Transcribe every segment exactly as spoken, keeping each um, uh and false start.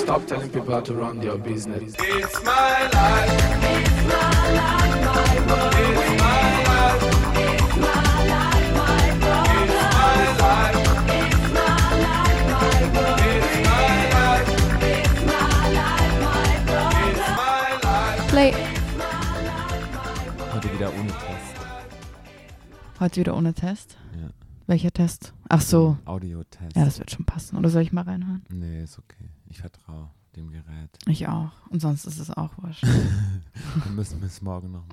Stop telling people how to run their business. It's my life. It's my life, my world. It's my life. It's my life, my world. It's my life. It's my life, my world. It's my life. It's my life, my world. It's my life. Play. Heute wieder ohne Test. Heute wieder ohne Test? Ja. Welcher Test? Ach so. Audiotest. Ja, das wird schon passen. Oder soll ich mal reinhören? Nee, ist okay. Ich vertraue dem Gerät. Ich auch. Und sonst ist es auch wurscht. Wir müssen bis morgen nochmal.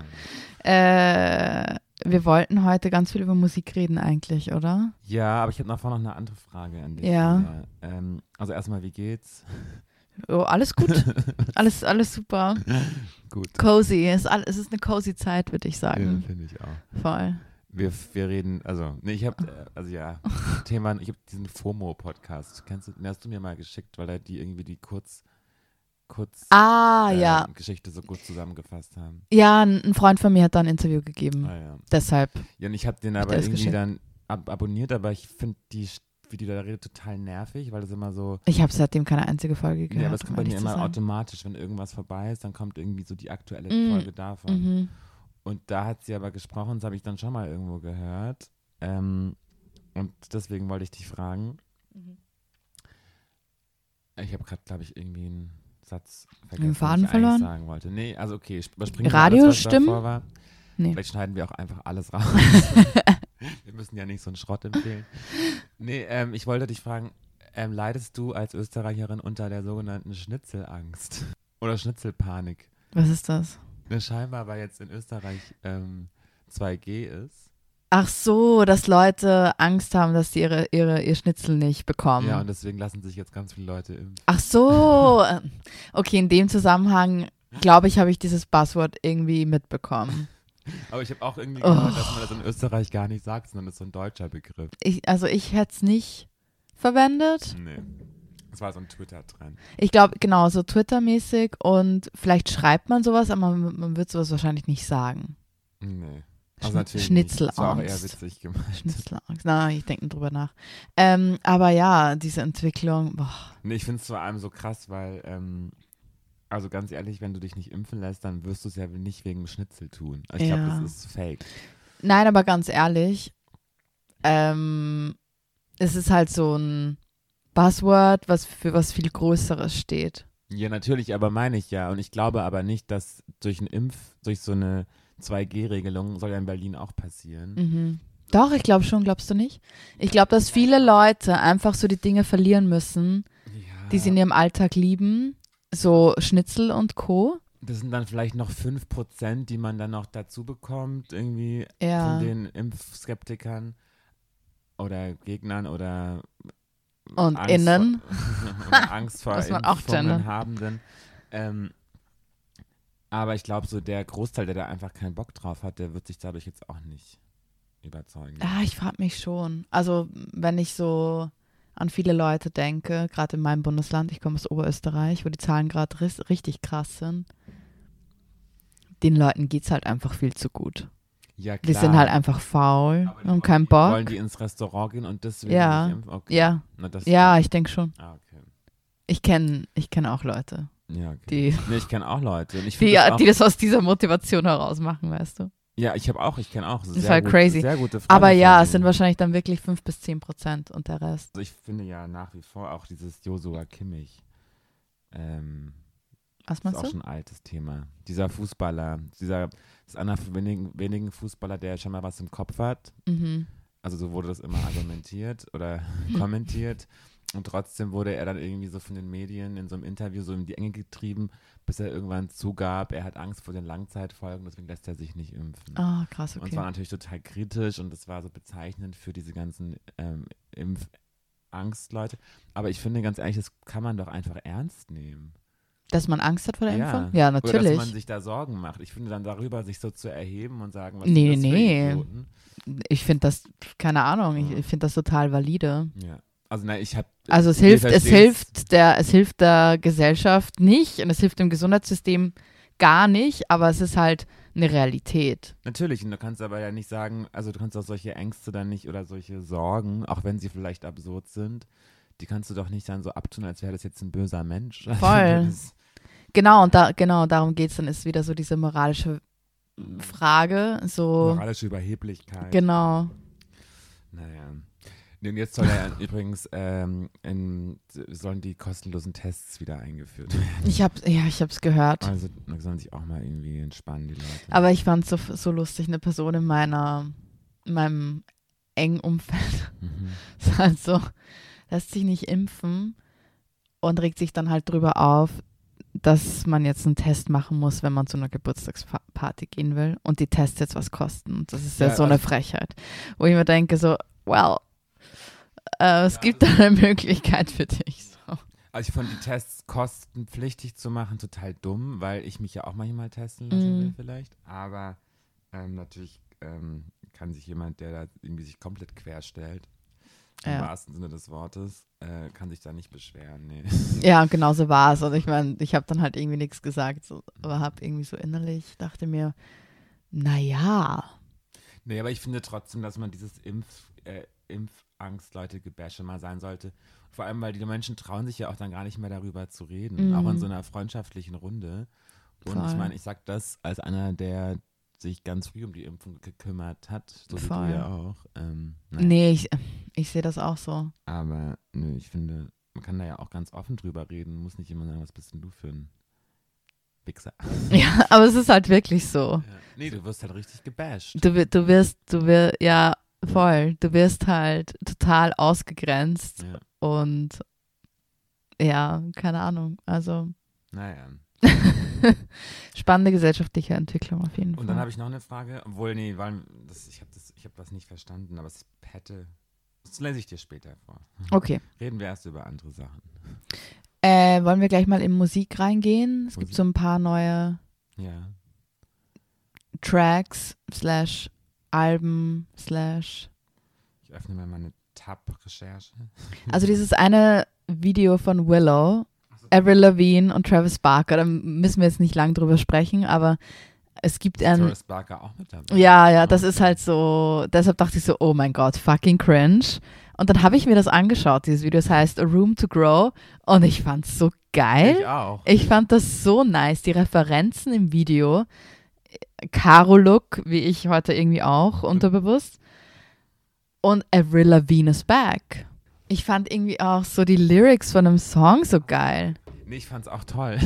äh, wir wollten heute ganz viel über Musik reden eigentlich, oder? Ja, aber ich habe noch vorher noch eine andere Frage an dich. Ja. Ja, ähm, also erstmal, wie geht's? Oh, alles gut. alles, alles super. Gut. Cozy. Es ist, all, es ist eine cozy Zeit, würde ich Ja, sagen. finde ich auch. Voll. Wir, wir reden, also, nee, ich habe, also ja, Thema, ich habe diesen FOMO-Podcast. Kennst du, den hast du mir mal geschickt, weil er die irgendwie die kurz, kurz Ah, äh, ja. Geschichte so gut zusammengefasst haben. Ja, ein, ein Freund von mir hat da ein Interview gegeben. Ah, ja. Deshalb. Ja, und ich habe den Hat aber er es irgendwie geschickt? dann ab abonniert, aber ich finde die, wie die da redet, total nervig, weil das immer so, Ich habe seitdem keine einzige Folge gehört. ja, aber es um kommt bei mir ehrlich zu immer sein. automatisch, wenn irgendwas vorbei ist, dann kommt irgendwie so die aktuelle Mm, Folge davon. Mhm. Und da hat sie aber gesprochen, das habe ich dann schon mal irgendwo gehört. Ähm, und deswegen wollte ich dich fragen. Mhm. Ich habe gerade, glaube ich, irgendwie einen Satz Den vergessen, Faden den ich eigentlich verloren? sagen wollte. Nee, also okay, ich überspringe mal alles, was Radiostimmen? davor war. Nee. Vielleicht schneiden wir auch einfach alles raus. Wir müssen ja nicht so einen Schrott empfehlen. Nee, ähm, ich wollte dich fragen, ähm, leidest du als Österreicherin unter der sogenannten Schnitzelangst oder Schnitzelpanik? Was ist das? Ne, scheinbar, weil jetzt in Österreich ähm, zwei G ist. Ach so, dass Leute Angst haben, dass sie ihre, ihre, ihr Schnitzel nicht bekommen. Ja, und deswegen lassen sich jetzt ganz viele Leute impfen. Ach so. Okay, in dem Zusammenhang, glaube ich, habe ich dieses Buzzword irgendwie mitbekommen. Aber ich habe auch irgendwie Oh. gehört, dass man das in Österreich gar nicht sagt, sondern das ist so ein deutscher Begriff. Ich, also ich hätte es nicht verwendet. Nee. Das war so ein Twitter-Trend. Ich glaube, genau, so Twitter-mäßig und vielleicht schreibt man sowas, aber man, man wird sowas wahrscheinlich nicht sagen. Nee. Schn- Also natürlich nicht. Das war auch eher Schnitzelangst. witzig gemeint. Schnitzelangst. Na, ich denke drüber nach. Ähm, aber ja, diese Entwicklung, boah. Nee, ich finde es vor allem so krass, weil, ähm, also ganz ehrlich, wenn du dich nicht impfen lässt, dann wirst du es ja nicht wegen dem Schnitzel tun. Also ich Ja. glaube, das ist fake. Nein, aber ganz ehrlich, ähm, es ist halt so ein Buzzword, was für was viel Größeres steht. Ja, natürlich, aber meine ich ja. Und ich glaube aber nicht, dass durch einen Impf, durch so eine zwei G Regelung soll ja in Berlin auch passieren. Mhm. Doch, ich glaube schon, glaubst du nicht? Ich glaube, dass viele Leute einfach so die Dinge verlieren müssen, Ja. die sie in ihrem Alltag lieben, so Schnitzel und Co. Das sind dann vielleicht noch fünf Prozent, die man dann noch dazu bekommt, irgendwie Ja. von den Impfskeptikern oder Gegnern oder Und Angst innen. Vor, oder Angst vor Muss man auch Impfungen gendern. Habenden. Ähm, aber ich glaube, so der Großteil, der da einfach keinen Bock drauf hat, der wird sich dadurch jetzt auch nicht überzeugen. Ah, ich frage mich schon. Also, wenn ich so an viele Leute denke, gerade in meinem Bundesland, ich komme aus Oberösterreich, wo die Zahlen gerade ris- richtig krass sind, den Leuten geht es halt einfach viel zu gut. Ja, Die klar. sind halt einfach faul Aber die und keinen wollen- Wollen Bock. die ins Restaurant gehen und deswegen Ja. nicht impfen? Okay. Ja, Na, das ja, ich denke schon. Ah, okay. Ich kenne ich kenn auch Leute, Ja, okay. die, Nee, ich kenne auch Leute. Und ich find die, das auch, die das aus dieser Motivation heraus machen, weißt du. ja, ich habe auch, ich kenne auch. ist sehr halt gut, crazy. Sehr gute Freunde Aber ja, von es sind denen. wahrscheinlich dann wirklich fünf bis zehn Prozent und der Rest. Also ich finde ja nach wie vor auch dieses Joshua Kimmich. Ähm, Was ist meinst auch du? schon ein altes Thema. Dieser Fußballer, dieser ist einer von wenigen, wenigen Fußballer, der schon mal was im Kopf hat. Mhm. Also so wurde das immer argumentiert oder kommentiert. Und trotzdem wurde er dann irgendwie so von den Medien in so einem Interview so in die Enge getrieben, bis er irgendwann zugab, er hat Angst vor den Langzeitfolgen, deswegen lässt er sich nicht impfen. Ah, krass, Und es war okay. natürlich total kritisch und das war so bezeichnend für diese ganzen ähm, Impfangstleute. Aber ich finde ganz ehrlich, das kann man doch einfach ernst nehmen. Dass man Angst hat vor der Ja. Impfung? Ja, Oder dass natürlich. man sich da Sorgen macht. Ich finde dann darüber, sich so zu erheben und sagen, was Nee, sind das nee. für Idioten. Ich finde das, keine Ahnung, ich, Ja. ich finde das total valide. Ja. Also nein, ich habe Also es hilft, es hilft der, es hilft der Gesellschaft nicht und es hilft dem Gesundheitssystem gar nicht, aber es ist halt eine Realität. Natürlich, und du kannst aber ja nicht sagen, also du kannst auch solche Ängste dann nicht oder solche Sorgen, auch wenn sie vielleicht absurd sind, die kannst du doch nicht dann so abtun, als wäre das jetzt ein böser Mensch. Voll. Das, Genau, und da, genau, darum geht es. Dann ist wieder so diese moralische Frage. So, moralische Überheblichkeit. genau. Naja. Nee, und jetzt soll ja übrigens ähm, in, sollen die kostenlosen Tests wieder eingeführt werden. Ich hab, ja, ich hab's gehört. Also da sollen sich auch mal irgendwie entspannen, die Leute. Aber ich fand es so, so lustig, eine Person in meiner, in meinem engen Umfeld Mhm. ist halt so, lässt sich nicht impfen und regt sich dann halt drüber auf, dass man jetzt einen Test machen muss, wenn man zu einer Geburtstagsparty gehen will und die Tests jetzt was kosten. Und das ist ja, Ja, so eine also- Frechheit. Wo ich mir denke so, well, äh, es gibt da eine Möglichkeit für dich. So. Also ich fand die Tests kostenpflichtig zu machen total dumm, weil ich mich ja auch manchmal testen lassen Mm. will vielleicht. Aber ähm, natürlich ähm, kann sich jemand, der da irgendwie sich komplett querstellt, im Ja. wahrsten Sinne des Wortes, äh, kann sich da nicht beschweren. Nee. Ja, genau so war es. Und ich meine, ich habe dann halt irgendwie nichts gesagt, so, aber habe irgendwie so innerlich, dachte mir, naja, Nee, aber ich finde trotzdem, dass man dieses Impf, äh, Impfangst-Leute-Gebäsche mal sein sollte. Vor allem, weil die Menschen trauen sich ja auch dann gar nicht mehr darüber zu reden, Mhm. auch in so einer freundschaftschaftlichen Runde. Und Voll. ich meine, ich sag das als einer, der sich ganz früh um die Impfung gekümmert hat, so wie Voll. du ja auch. Ähm, naja. nee, ich, ich sehe das auch so. Aber nö, ich finde, man kann da ja auch ganz offen drüber reden, muss nicht immer sagen, was bist denn du für ein Wichser. Ja, aber es ist halt wirklich so. Ja. Nee, du wirst halt richtig gebasht. Du, wi- du wirst, du wirst, ja, voll, du wirst halt total ausgegrenzt Ja. und ja, keine Ahnung, also Naja. spannende gesellschaftliche Entwicklung auf jeden Fall. Und dann habe ich noch eine Frage, obwohl, nee, weil das, ich habe das, ich habe das nicht verstanden, aber es hätte, das lese ich dir später vor. Okay, Reden wir erst über andere Sachen. äh, wollen wir gleich mal in Musik reingehen? Es gibt Musik? so ein paar neue Ja. Tracks, slash Alben, slash Ich öffne mal meine Tab-Recherche. also dieses eine Video von Willow, Avril Lavigne und Travis Barker, da müssen wir jetzt nicht lang drüber sprechen, aber es gibt Ist ein, Travis Barker auch mit dabei? ja, ja, das Okay. ist halt so, deshalb dachte ich so, oh mein Gott, fucking cringe. Und dann habe ich mir das angeschaut, dieses Video, das heißt A Room to Grow und ich fand's so geil. Ich auch. Ich fand das so nice, die Referenzen im Video, Karo-Look, wie ich heute irgendwie auch, unterbewusst. Und Avril Lavigne is back. Ich fand irgendwie auch so die Lyrics von dem Song so geil. Nee, ich fand's auch toll.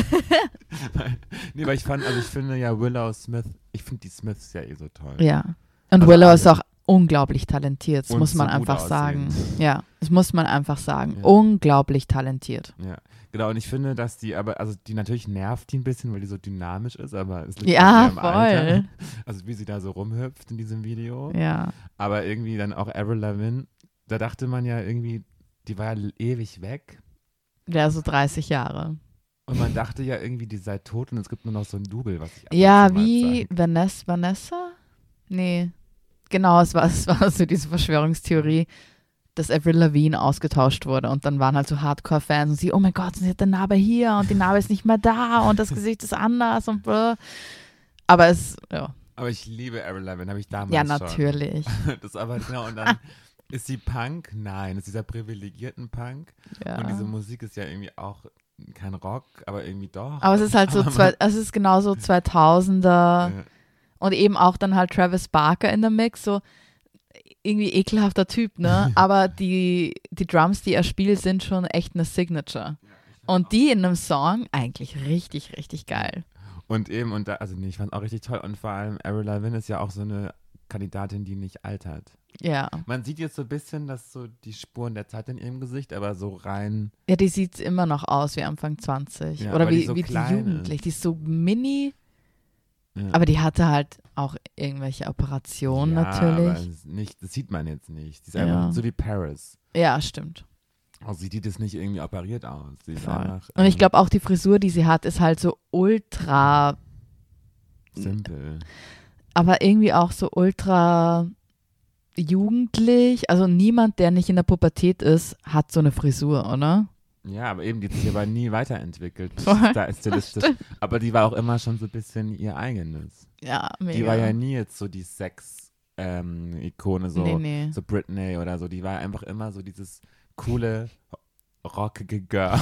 Weil- nee, weil ich fand, also ich finde ja Willow Smith, ich finde die Smiths ja eh so toll. Ja. Und Also Willow alle. ist auch unglaublich talentiert, das Und muss man so gut einfach sagen. aussehend. Ja, das muss man einfach sagen. Ja. Unglaublich talentiert. Ja, genau, und ich finde, dass die aber, also die natürlich nervt die ein bisschen, weil die so dynamisch ist, aber es liegt Ja, an ihrem Alter. voll. Also wie sie da so rumhüpft in diesem Video. Ja. Aber irgendwie dann auch Avril Lavigne, da dachte man ja irgendwie, die war ja ewig weg. Ja, so dreißig Jahre. Und man dachte ja irgendwie, die sei tot und es gibt nur noch so ein Double, was ich ab und Ja, zu mal wie zeig. Vanessa? Vanessa? Nee. Genau, es war, es war so diese Verschwörungstheorie, dass Avril Lavigne ausgetauscht wurde und dann waren halt so Hardcore-Fans und sie, oh mein Gott, sie hat eine Narbe hier und die Narbe ist nicht mehr da und das Gesicht ist anders und blah. Aber es, ja, Aber ich liebe Avril Lavigne, habe ich damals ja schon. natürlich. Das aber, genau, und dann ist sie Punk? Nein, ist dieser privilegierten Punk. Ja. Und diese Musik ist ja irgendwie auch kein Rock, aber irgendwie doch. Aber es ist halt so, Aber zwei, es ist genauso zweitausender Ja. und eben auch dann halt Travis Barker in der Mix, so irgendwie ekelhafter Typ, ne? Aber die, die Drums, die er spielt, sind schon echt eine Signature. Und die in einem Song eigentlich richtig, richtig geil. Und eben, und da, also nee, ich fand auch richtig toll. Und vor allem Avril Lavigne ist ja auch so eine Kandidatin, die nicht altert. Ja. Man sieht jetzt so ein bisschen, dass so die Spuren der Zeit in ihrem Gesicht, aber so rein. Ja, die sieht immer noch aus wie Anfang zwanzig. Ja, Oder weil die wie, so wie die klein Jugendlich. ist. Die ist so mini, Ja. aber die hatte halt auch irgendwelche Operationen ja, natürlich. Aber es nicht, das sieht man jetzt nicht. Die ist Ja. einfach so wie Paris. Ja, stimmt. Also sieht das nicht irgendwie operiert aus. Sie ist Voll. einfach, Und ich ähm, glaube auch die Frisur, die sie hat, ist halt so ultra, simpel. aber irgendwie auch so ultra jugendlich. Also niemand, der nicht in der Pubertät ist, hat so eine Frisur, oder? Ja, aber eben, die hat sich aber nie weiterentwickelt. Voll. Da ist stilistisch. Aber die war auch immer schon so ein bisschen ihr eigenes. Ja, mega. Die war ja nie jetzt so die Sex-Ikone, so, nee, nee. so Britney oder so. Die war einfach immer so dieses coole, rockige Girl.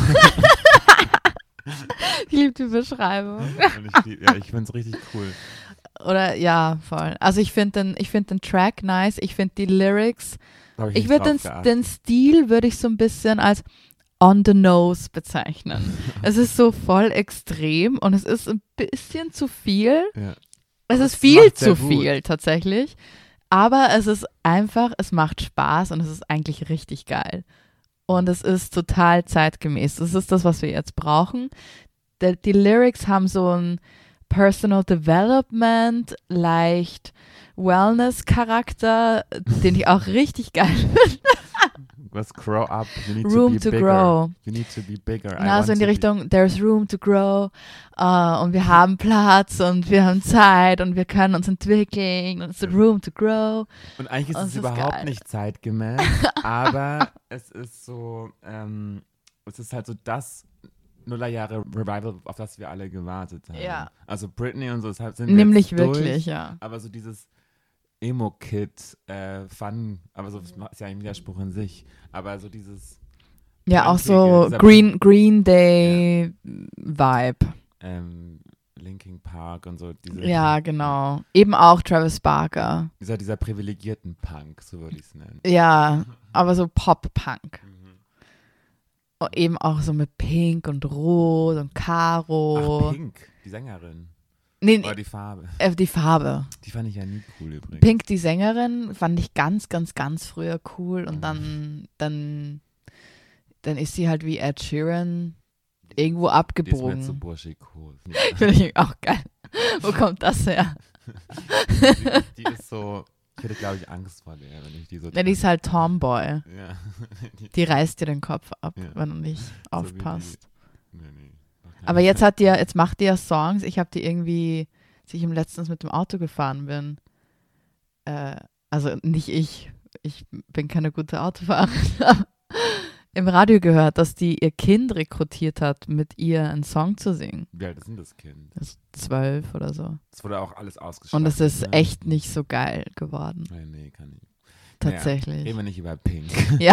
Ich liebe die Beschreibung. Und ich, lieb- ja, ich finde es richtig cool. Oder ja, voll. Also ich finde den, ich find den Track nice. Ich finde die Lyrics. Da hab Ich nicht würde den, drauf geachtet. den Stil würde ich so ein bisschen als on the nose bezeichnen. Es ist so voll extrem und es ist ein bisschen zu viel. Ja. Es Aber ist es viel macht sehr zu gut. viel tatsächlich. Aber es ist einfach, es macht Spaß und es ist eigentlich richtig geil. Und es ist total zeitgemäß. Das ist das, was wir jetzt brauchen. Die, die Lyrics haben so ein Personal Development, leicht Wellness-Charakter, den ich auch richtig geil finde. Was grow up, you need Room to to be bigger. grow. You need to be bigger. I Na, want so in die to be- Richtung, there's room to grow uh, und wir haben Platz und wir haben Zeit und wir können uns entwickeln und es ist room to grow. Und eigentlich ist Und es es ist überhaupt geil. nicht zeitgemäß, aber es ist so, ähm, es ist halt so das Nullerjahre Revival, auf das wir alle gewartet haben. Ja. Also Britney und so, deshalb sind wir Nämlich jetzt wirklich, durch, ja. aber so dieses Emo-Kid, äh, Fun, aber so ist ja ein Widerspruch in sich, aber so dieses Ja, auch Punkige, so dieser- Green, Green Day Vibe. ähm, Linkin Park und so, diese, Ja, genau. Eben auch Travis Barker. dieser, dieser privilegierten Punk, so würde ich es nennen. Ja, aber so Pop-Punk. Mhm. Und eben auch so mit Pink und Rot und Karo. Ach, Pink, die Sängerin. Nee, Oder nee, die Farbe. äh, die Farbe. Die fand ich ja nie cool übrigens. Pink, die Sängerin, fand ich ganz, ganz, ganz früher cool. Und Mhm. dann, dann, dann ist sie halt wie Ed Sheeran irgendwo Die ist mir abgebogen. zu burschikos. Finde ich auch geil. Wo kommt das her? die, die ist so, ich hätte glaube ich Angst vor der, wenn ich die so... Ja, die ist halt Tomboy. Ja. die, Die reißt dir den Kopf ab, Ja. wenn du nicht So wie aufpasst. nee, nee. Doch kein- Aber jetzt hat die ja, jetzt macht die ja Songs. Ich habe die irgendwie, als ich ihm letztens mit dem Auto gefahren bin. Äh, also nicht ich. Ich bin keine gute Autofahrerin. aber im Radio gehört, dass die ihr Kind rekrutiert hat, mit ihr einen Song zu singen. Wie alt ist denn das Kind? Das ist zwölf oder so. Das wurde auch alles ausgeschrieben. Und es ist echt nicht so geil geworden. Nee, nee, kann ich. Tatsächlich. Reden wir nicht über Pink. Ja.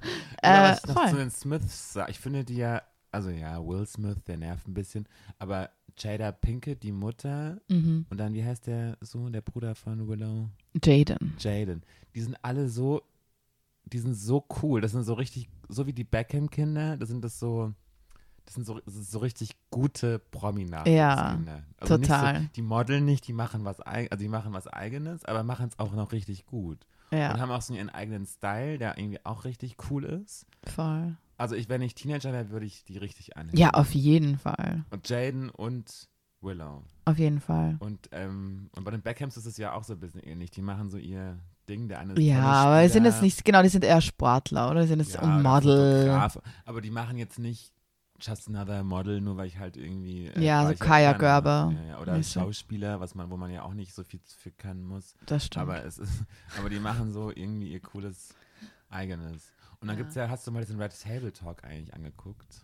Ja, äh, was ich noch zu voll. den Smiths sag, ich finde die ja, also ja, Will Smith, der nervt ein bisschen, aber Jada Pinkett, die Mutter, Mhm. und dann, wie heißt der Sohn, der Bruder von Willow? Jaden. Jaden. Die sind alle so, die sind so cool. Das sind so richtig, so wie die Beckham-Kinder, das sind das so, das sind so, das ist so richtig gute Prominenten. Ja, also total. Nicht so, die modeln nicht, die machen was, eig- also die machen was Eigenes, aber machen es auch noch richtig gut. Und Ja, haben auch so ihren eigenen Style, der irgendwie auch richtig cool ist. voll. Also ich, wenn ich Teenager wäre, würde ich die richtig anhören. Ja, auf jeden Fall. Und Jaden und Willow. Auf jeden Fall. Und, ähm, und bei den Beckhams ist es ja auch so ein bisschen ähnlich. Die machen so ihr Ding. Der eine ist Ja, aber die sind Tennisspieler. jetzt nicht, genau, die sind eher Sportler, oder? Die sind jetzt Ja, ein oder Model. Fotograf. Aber die machen jetzt nicht just another Model, nur weil ich halt irgendwie. Äh, Ja, weil so ich Kaya kann. Gerber. Ja, ja. Oder Weißt du? Schauspieler, was man, wo man ja auch nicht so viel für können muss. Das stimmt. Aber es ist, aber die machen so irgendwie ihr cooles eigenes. Und dann Ja. gibt's ja, hast du mal diesen Red Table Talk eigentlich angeguckt?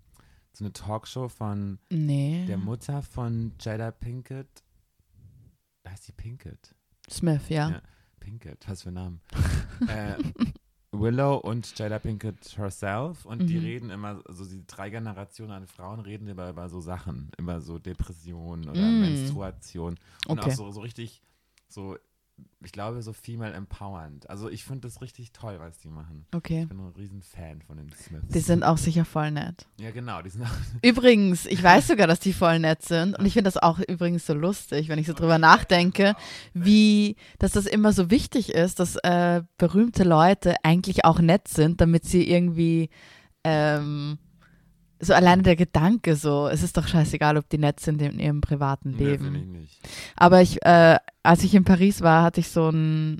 So eine Talkshow von nee. der Mutter von Jada Pinkett. Heißt die Pinkett? Smith, ja. Ja. Pinkett, was für ein Name. äh, Willow und Jada Pinkett herself und die Mhm. reden immer, also die drei Generationen an Frauen reden über, über so Sachen, über so Depressionen oder Mm. Menstruation und Okay. auch so, so richtig, so, ich glaube, so female empowernd. Also ich finde das richtig toll, was die machen. Okay. Ich bin ein riesen Fan von den Smiths. Die sind auch sicher voll nett. ja, genau, die sind auch, Übrigens, ich weiß sogar, dass die voll nett sind. Und ich finde das auch übrigens so lustig, wenn ich so drüber nachdenke, wie, dass das immer so wichtig ist, dass äh, berühmte Leute eigentlich auch nett sind, damit sie irgendwie ähm, so alleine der Gedanke so, es ist doch scheißegal, ob die nett sind in ihrem privaten nee, Leben. finde ich nicht. Aber ich, äh, als ich in Paris war, hatte ich so einen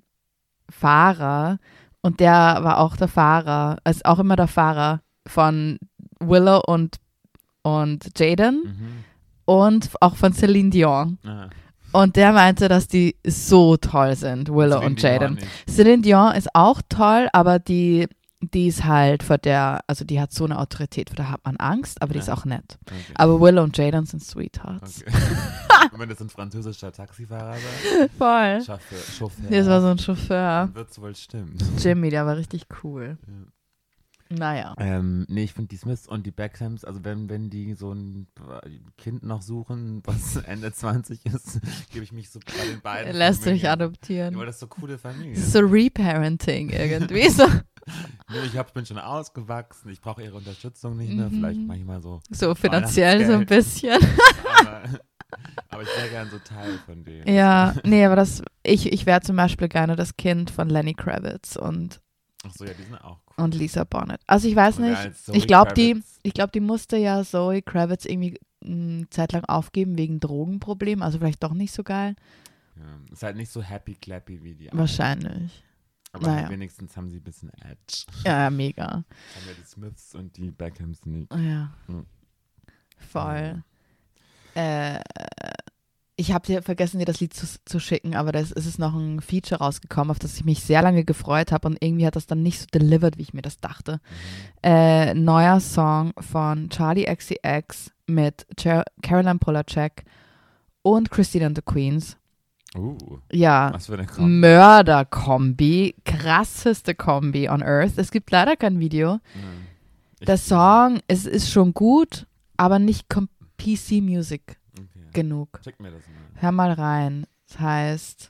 Fahrer und der war auch der Fahrer, ist auch immer der Fahrer von Willow und, und Jaden Mhm. und auch von Celine Dion. Ah. Und der meinte, dass die so toll sind, Willow Celine und Dion Jaden. nicht. Celine Dion ist auch toll, aber die, die ist halt vor der, also die hat so eine Autorität, vor der hat man Angst, aber die ist Ja. auch nett. Okay. Aber Willow und Jaden sind Sweethearts. Okay. Und wenn das ein französischer Taxifahrer war, Voll. Chauffeur, Chauffeur Das war so ein Chauffeur. dann wird es wohl stimmen. Jimmy, der war richtig cool. Ja. Naja. Ähm, nee, ich finde die Smiths und die Beckhams, also wenn, wenn die so ein Kind noch suchen, was Ende zwanzig ist, gebe ich mich so bei den beiden. Lässt du dich Familien. adoptieren. Ja, weil das so coole Familie. Das ist so Reparenting irgendwie. So, Nee, ich hab, bin schon ausgewachsen, ich brauche ihre Unterstützung nicht mehr, Mhm. vielleicht manchmal so. so finanziell so ein Weihnachtsgeld. bisschen. Aber, aber ich wäre gern so Teil von denen. Ja, nee, aber das, ich, ich wäre zum Beispiel gerne das Kind von Lenny Kravitz und, Achso, ja, die sind auch cool. und Lisa Bonet. Also ich weiß Oder nicht, als Zoe ich glaube, die, Kravitz. ich glaube, die musste ja Zoe Kravitz irgendwie eine Zeit lang aufgeben wegen Drogenproblemen, also vielleicht doch nicht so geil. Ja, ist halt nicht so happy clappy wie die Wahrscheinlich. Aber naja. halt wenigstens haben sie ein bisschen Edge. Ja, ja, mega. Haben ja die Smiths und die Beckhams nicht. Ja. Hm. Voll. Äh, ich habe dir vergessen, dir das Lied zu, zu schicken, aber da ist, ist es noch ein Feature rausgekommen, auf das ich mich sehr lange gefreut habe und irgendwie hat das dann nicht so delivered, wie ich mir das dachte. Äh, neuer Song von Charlie X C X mit Cher- Caroline Polachek und Christine and the Queens. Uh, Ja, was für eine Kombi. Mörder-Kombi, krasseste Kombi on Earth. Es gibt leider kein Video. Ja. Ich- Der Song ist, ist schon gut, aber nicht com- P C-Music Okay. genug. Check mir das mal. Hör mal rein. Das heißt,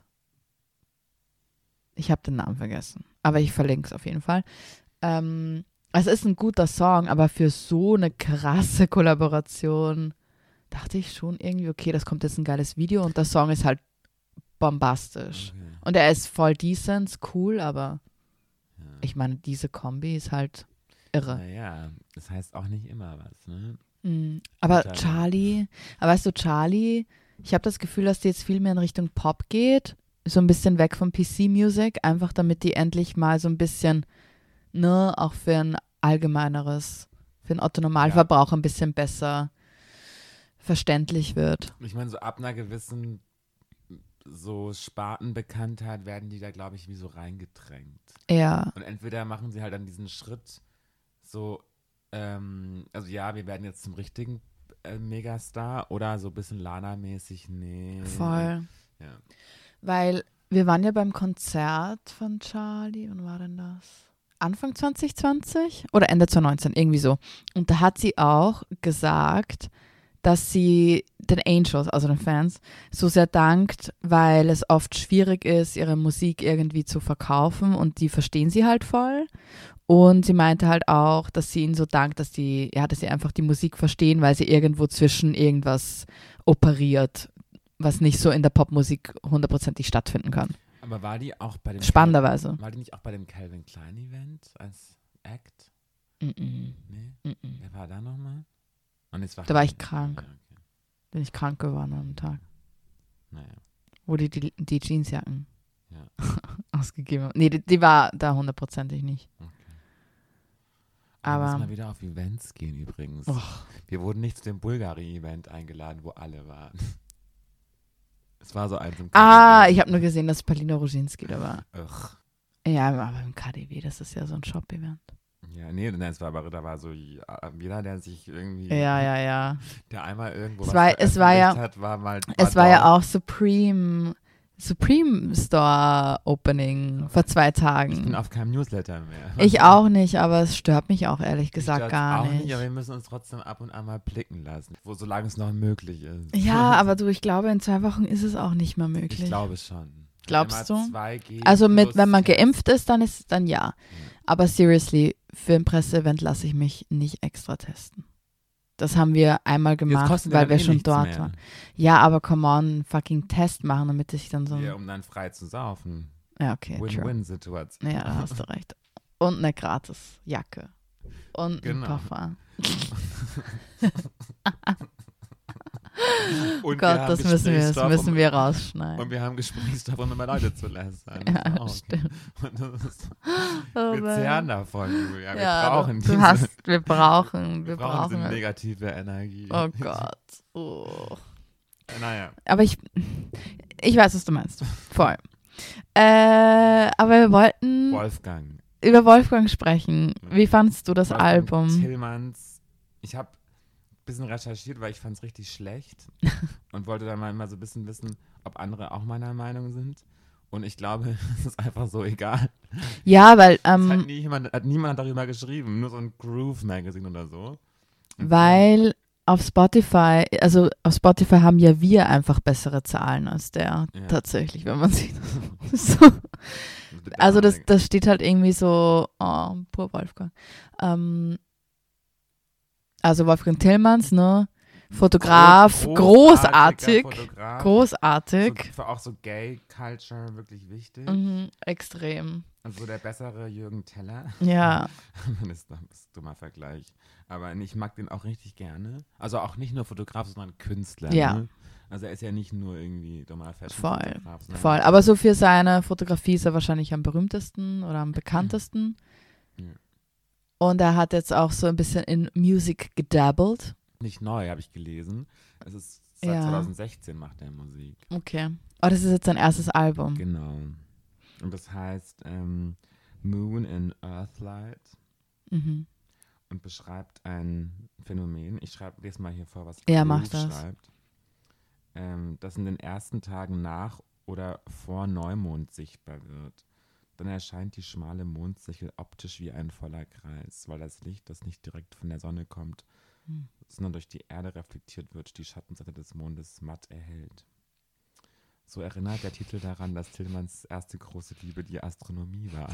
ich habe den Namen vergessen, aber ich verlinke es auf jeden Fall. Ähm, es ist ein guter Song, aber für so eine krasse Kollaboration dachte ich schon irgendwie, okay, das kommt jetzt ein geiles Video und der Song ist halt bombastisch. Okay. Und er ist voll decent, ist cool, aber Ja. ich meine, diese Kombi ist halt irre. Naja, das heißt auch nicht immer was, ne? Mm, Aber Total. Charlie, aber weißt du, Charlie, ich habe das Gefühl, dass die jetzt viel mehr in Richtung Pop geht, so ein bisschen weg vom P C-Music, einfach damit die endlich mal so ein bisschen, ne, auch für ein allgemeineres, für den Otto-Normalverbraucher ein bisschen besser verständlich wird. Ich meine, so ab einer gewissen so Spartenbekanntheit werden die da, glaube ich, wie so reingedrängt. Ja, Und entweder machen sie halt dann diesen Schritt so, ähm, also ja, wir werden jetzt zum richtigen äh, Megastar oder so ein bisschen Lana-mäßig, nee. voll. Ja. Weil wir waren ja beim Konzert von Charlie, wann war denn das? Anfang zwanzig zwanzig oder Ende zwanzig neunzehn, irgendwie so. Und da hat sie auch gesagt, dass sie den Angels, also den Fans, so sehr dankt, weil es oft schwierig ist, ihre Musik irgendwie zu verkaufen und die verstehen sie halt voll. Und sie meinte halt auch, dass sie ihnen so dankt, dass die, ja, dass sie einfach die Musik verstehen, weil sie irgendwo zwischen irgendwas operiert, was nicht so in der Popmusik hundertprozentig stattfinden kann. Aber war die auch bei dem Spannenderweise. Calvin, war die nicht auch bei dem Calvin Klein Event als Act? Mm -mm, Nee? mm -mm. Wer war da nochmal? Oh, nee, es Da war ich Calvin. krank. Ja, okay. Bin ich krank geworden am Tag, Naja. wo die die, die Jeansjacken Ja. ausgegeben haben. Nee, die, die war da hundertprozentig nicht. Okay. Aber- Wir müssen mal wieder auf Events gehen übrigens. Och. Wir wurden nicht zu dem Bulgari-Event eingeladen, wo alle waren. Es war so eins im Ah, K D W. ich habe nur gesehen, dass Palina Roginski da war. Ugh. Ja, aber im K D W, das ist ja so ein Shop-Event. Ja, nee, nein, es war aber, da war so ja, jeder, der sich irgendwie, Ja, ja, ja. der einmal irgendwo Es was war- es war ja- veröffentlicht hat, war mal Es war ja auch Supreme, Supreme Store Opening vor zwei Ich bin Tagen. auf keinem Newsletter mehr. Ich auch nicht, aber es stört mich auch ehrlich Mich gesagt stört's gar auch nicht. Aber wir müssen uns trotzdem ab und an mal blicken lassen, wo solange es noch möglich ist. Ja, aber du, ich glaube, in zwei Wochen ist es auch nicht mehr möglich. Ich glaube schon. Glaubst Immer du? zwei G Also mit, plus wenn man Test. geimpft ist, dann ist dann ja. Aber seriously, für ein Presseevent lasse ich mich nicht extra testen. Das haben wir einmal Jetzt gemacht, kostet weil dann wir eh schon nichts dort mehr. waren. Ja, aber come on, fucking Test machen, damit ich dann so ein... Ja, um dann frei zu saufen. Ja, okay, true. Win-Win-Situation. Ja, da hast du recht. Und eine gratis Jacke. Und Genau. ein Parfum. Und wir Gott, haben das müssen wir, das Gesprächsstoff, müssen um, wir rausschneiden. Und wir haben Gesprächsstoff, um immer Leute zu lästern. Das ist Ja, auch okay. stimmt. Und das ist, Oh, wir man. zehren davon, Julia. Wir ja, brauchen du diese, hast, wir brauchen, wir, wir brauchen diese brauchen. negative Energie. Oh Gott. Oh. Naja. Aber ich, ich weiß, was du meinst. Voll. Äh, aber wir wollten Wolfgang. über Wolfgang sprechen. Wie fandst du das Wolfgang Album? Tillmanns. Ich habe ein bisschen recherchiert, weil ich fand es richtig schlecht und wollte dann mal immer so ein bisschen wissen, ob andere auch meiner Meinung sind. Und ich glaube, es ist einfach so egal, Ja, weil, Das ähm, hat, nie jemand, hat niemand darüber geschrieben, nur so ein Groove-Magazine oder so. Und weil auf Spotify, also auf Spotify haben ja wir einfach bessere Zahlen als der Ja. tatsächlich, wenn man sieht. so. dann- Also das, das steht halt irgendwie so, oh, pur Wolfgang. Ähm, also Wolfgang Tillmanns, ne? Fotograf, Groß- großartig, großartiger Fotograf. großartig. So, für auch so Gay-Culture wirklich wichtig. Mhm, extrem. Also der bessere Jürgen Teller. Ja, Das ist ein dummer Vergleich. Aber ich mag den auch richtig gerne. Also auch nicht nur Fotograf, sondern Künstler. Ja. Ne? Also er ist ja nicht nur irgendwie dummer voll, Fashion-Fotograf. sondern- voll. Aber so für seine Fotografie ist er wahrscheinlich am berühmtesten oder am bekanntesten. Ja. Und er hat jetzt auch so ein bisschen in Music gedabbelt. Nicht neu, habe ich gelesen. Es ist seit Ja. zwanzig sechzehn macht er Musik. Okay. Oh, das ist jetzt sein erstes Album. Genau. Und das heißt ähm, Moon in Earthlight Mhm. und beschreibt ein Phänomen. Ich schreibe lese mal hier vor, was Ja, Groove mach das. schreibt. Ähm, das in den ersten Tagen nach oder vor Neumond sichtbar wird. Dann erscheint die schmale Mondsichel optisch wie ein voller Kreis, weil das Licht, das nicht direkt von der Sonne kommt, Hm. sondern durch die Erde reflektiert wird, die Schattenseite des Mondes matt erhellt. So erinnert der Titel daran, dass Tillmanns erste große Liebe die Astronomie war.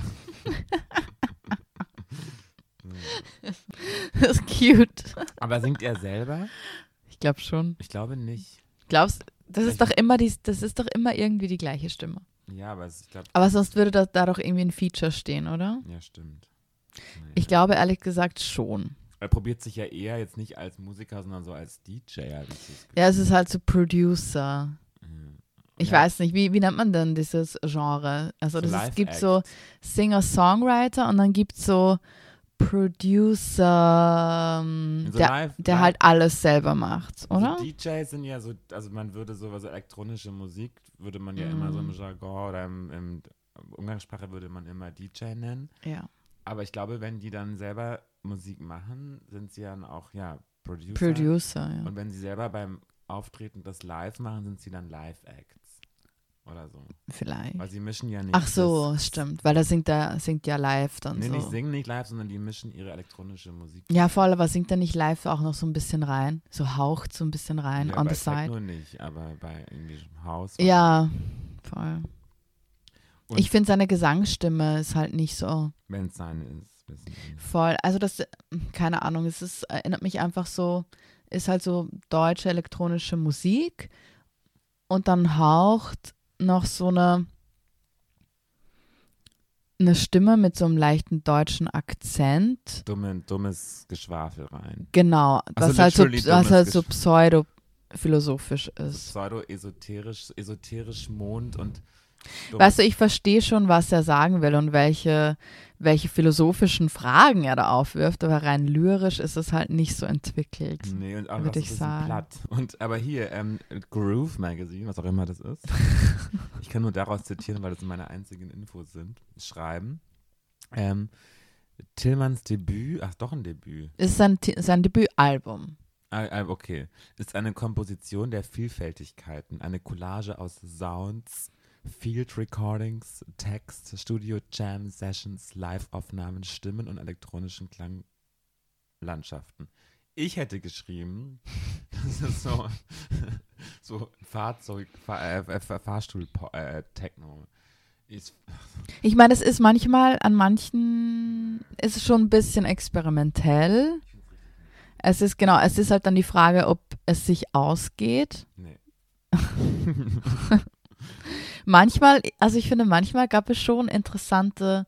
Das ist cute. Aber singt er selber? Ich glaube schon. Ich glaube nicht. Glaubst das ist doch immer die, das ist doch immer irgendwie die gleiche Stimme. Ja, aber es, ich glaube, Aber sonst würde da, da doch irgendwie ein Feature stehen, oder? ja, stimmt. Naja. Ich glaube ehrlich gesagt schon. Er probiert sich ja eher jetzt nicht als Musiker, sondern so als D J. Habe ich das Gefühl. Ja, es ist halt so Producer. Mhm. Ich Ja, weiß nicht, wie, wie nennt man denn dieses Genre? Also so das ist, Live gibt Act. so Singer-Songwriter und dann gibt es so Producer, ähm, So der, live, der live, halt alles selber macht, oder? So D Js sind ja so, also man würde so, also elektronische Musik würde man ja immer so im Mhm. Jargon oder im, im Umgangssprache würde man immer D J nennen. Ja. Aber ich glaube, wenn die dann selber Musik machen, sind sie dann auch, ja, Producer. Producer, ja. Und wenn sie selber beim Auftreten das live machen, sind sie dann Live-Acts. Oder so. Vielleicht. Weil sie mischen ja nicht. Ach so, das- stimmt, weil er singt, da, singt ja live dann Nee, so. nicht singen nicht live, sondern die mischen ihre elektronische Musik. Ja, voll, aber singt er nicht live auch noch so ein bisschen rein? So haucht so ein bisschen rein, ja, on bei the side. Techno nicht, aber bei irgendwie Haus. Ja, voll. Und- Ich finde, seine Gesangsstimme ist halt nicht so Wenn es seine ist. Wissen. voll. Also das, keine Ahnung, es ist, erinnert mich einfach so, ist halt so deutsche elektronische Musik und dann haucht noch so eine eine Stimme mit so einem leichten deutschen Akzent. Dumme, dummes Geschwafel rein. Genau, Also was halt so, literally was dummes halt so Gesch- pseudo-philosophisch ist. Pseudo-esoterisch, esoterisch Mond und dumm. Weißt du, ich verstehe schon, was er sagen will und welche, welche philosophischen Fragen er da aufwirft, aber rein lyrisch ist es halt nicht so entwickelt. Nee, und auch würd noch so ein ich bisschen sagen. platt. Und, aber hier, ähm, Groove Magazine, was auch immer das ist. Ich kann nur daraus zitieren, weil das meine einzigen Infos sind. Schreiben. Ähm, Tillmanns Debüt, ach doch ein Debüt. Ist sein, T- sein Debütalbum. Ah, ah, okay. Ist eine Komposition der Vielfältigkeiten, eine Collage aus Sounds, Field Recordings, Text, Studio Jam Sessions, Live-Aufnahmen, Stimmen und elektronischen Klanglandschaften. Ich hätte geschrieben, das ist so, so Fahrzeug, Fahr, äh, Fahrstuhl-Techno. Ist, Ich meine, es ist manchmal, an manchen ist es schon ein bisschen experimentell. Es ist genau, es ist halt dann die Frage, ob es sich ausgeht. nee. Manchmal, also ich finde, manchmal gab es schon interessante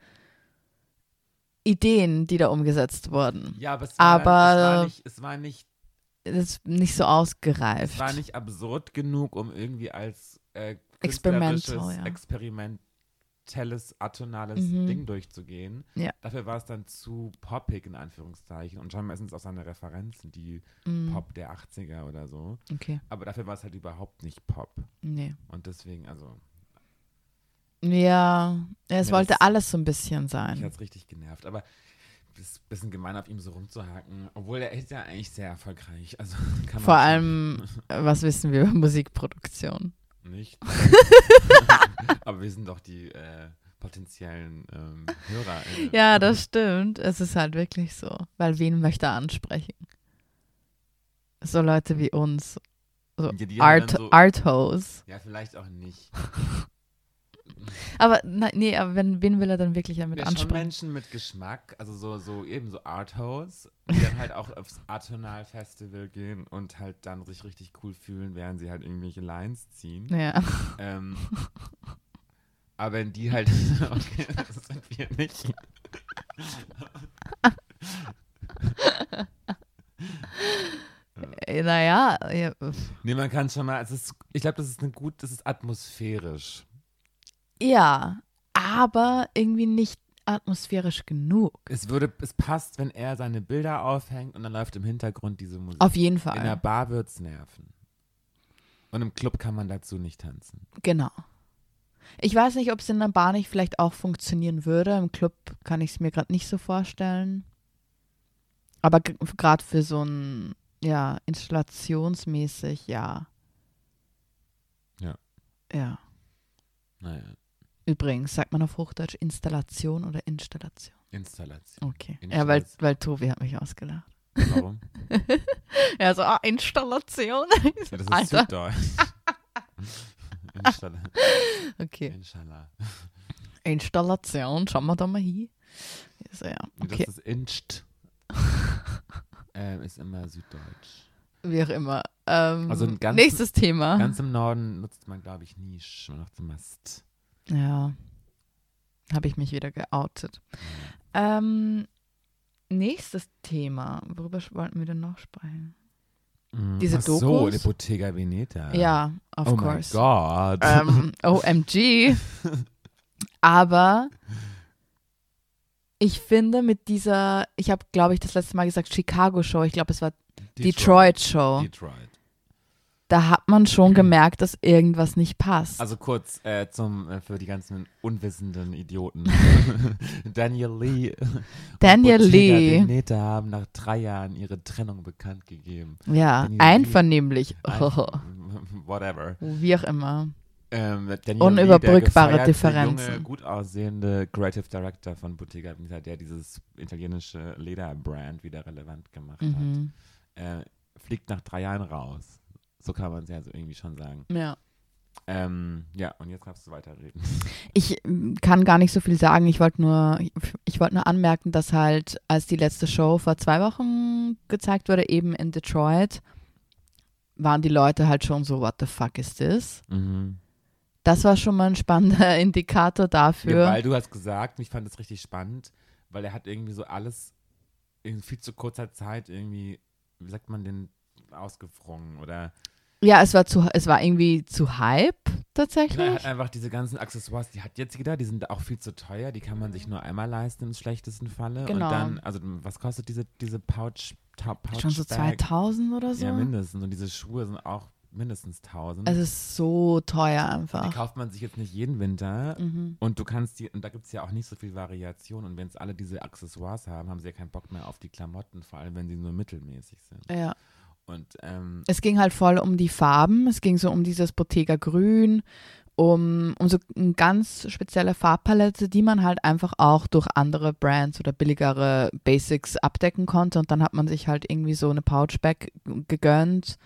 Ideen, die da umgesetzt wurden. Ja, aber es war, Aber- es war nicht, es war nicht Das ist nicht so Es ausgereift. war nicht absurd genug, um irgendwie als äh, Experimental, künstlerisches, ja. experimentelles, atonales Mhm. Ding durchzugehen. Ja. Dafür war es dann zu poppig, in Anführungszeichen. Und scheinbar sind es auch seine Referenzen, die Mm, Pop der achtziger oder so. Okay, Aber dafür war es halt überhaupt nicht Pop. nee. Und deswegen, also, Ja, es Ja, wollte das- alles so ein bisschen mich sein. hat es richtig genervt. Aber es ist ein bisschen gemein, auf ihm so rumzuhaken. Obwohl, er ist ja eigentlich sehr erfolgreich. Also, kann man Vor schon- allem, äh, was wissen wir über Musikproduktion? Nicht. Aber wir sind doch die äh, potenziellen ähm, Hörer. Ja, das stimmt. Es ist halt wirklich so. Weil wen möchte er ansprechen? So Leute wie uns. So Ja, die haben Art, dann so- Arthos. Ja, vielleicht auch nicht. Aber na, nee, aber wenn, wen will er dann wirklich damit Ja, schon ansprechen? Menschen mit Geschmack, also so, so eben so Arthouse, die dann halt auch aufs Artonal Festival gehen und halt dann sich richtig cool fühlen, während sie halt irgendwelche Lines ziehen. Ja. Ähm, aber wenn die halt, okay, das sind wir nicht. Äh, Naja, ja, Nee, man kann schon mal, es ist, ich glaube, das ist eine gut, das ist atmosphärisch. ja, aber irgendwie nicht atmosphärisch genug. Es würde, es passt, wenn er seine Bilder aufhängt und dann läuft im Hintergrund diese Musik. Auf jeden In der Fall. Bar wird's nerven. Und im Club kann man dazu nicht tanzen. Genau. Ich weiß nicht, ob es in der Bar nicht vielleicht auch funktionieren würde. Im Club kann ich es mir gerade nicht so vorstellen. Aber gerade für so ein, ja, installationsmäßig, ja. Ja. Ja. Naja, Übrigens, sagt man auf Hochdeutsch Installation oder Installation? Installation. Okay. Ja, weil, Installation. weil Tobi hat mich ausgelacht. Warum? Er so, ah, Installation. Ja, das ist Alter. Süddeutsch. Installa Okay. Inshallah. Installation, schauen wir da mal hin. Ich so, ja, Nee, okay. Das ist Inst. ähm, ist immer Süddeutsch. Wie auch immer. Ähm, Also ein ganz- nächstes Thema. Ganz im Norden nutzt man, glaube ich, Nisch. Man macht Mast. Ja. Habe ich mich wieder geoutet. Ähm, nächstes Thema. Worüber wollten wir denn noch sprechen? Diese Ach so, Dokus? die Bottega Veneta. Ja, of oh course. mein Gott. Ähm, O M G. Aber ich finde mit dieser, ich habe, glaube ich, das letzte Mal gesagt, Chicago-Show, ich glaube, es war Detroit-Show. Detroit. Da hat man schon gemerkt, dass irgendwas nicht passt. Also kurz äh, zum äh, für die ganzen unwissenden Idioten. Daniel Lee Daniel und Bottega Lee. Veneta haben nach drei Jahren ihre Trennung bekannt gegeben. Ja, Daniel einvernehmlich. Ein- Oh, Whatever. wie auch immer. Ähm, Daniel Unüberbrückbare Lee, der gefeierte, Differenzen. junge, gut aussehende Creative Director von Bottega Veneta, der dieses italienische Lederbrand wieder relevant gemacht Mhm. hat, äh, fliegt nach drei Jahren raus. So kann man es ja so irgendwie schon sagen. Ja. Ähm, ja, und jetzt darfst du weiterreden. Ich mm, kann gar nicht so viel sagen. Ich wollte nur, ich, ich wollte nur anmerken, dass halt, als die letzte Show vor zwei Wochen gezeigt wurde, eben in Detroit, waren die Leute halt schon so, what the fuck is this? Mhm. Das war schon mal ein spannender Indikator dafür. Ja, weil du hast gesagt, ich fand das richtig spannend, weil er hat irgendwie so alles in viel zu kurzer Zeit irgendwie, wie sagt man denn, ausgefrungen oder Ja, es war zu, es war irgendwie zu Hype tatsächlich. er hat einfach diese ganzen Accessoires, die hat jetzt jeder, die sind auch viel zu teuer, die kann man sich nur einmal leisten im schlechtesten Falle. Genau. Und dann, also was kostet diese, diese Pouch, Ta- Pouch Schon so Bag? zweitausend oder so. Ja, mindestens. Und diese Schuhe sind auch mindestens tausend. Es ist so teuer Die einfach. kauft man sich jetzt nicht jeden Winter. Mhm. Und du kannst die, und da gibt es ja auch nicht so viel Variation. Und wenn es alle diese Accessoires haben, haben sie ja keinen Bock mehr auf die Klamotten, vor allem wenn sie nur mittelmäßig sind. Ja. Und ähm, Es ging halt voll um die Farben. Es ging so um dieses Bottega Grün, um, um so eine ganz spezielle Farbpalette, die man halt einfach auch durch andere Brands oder billigere Basics abdecken konnte. Und dann hat man sich halt irgendwie so eine Pouchbag gegönnt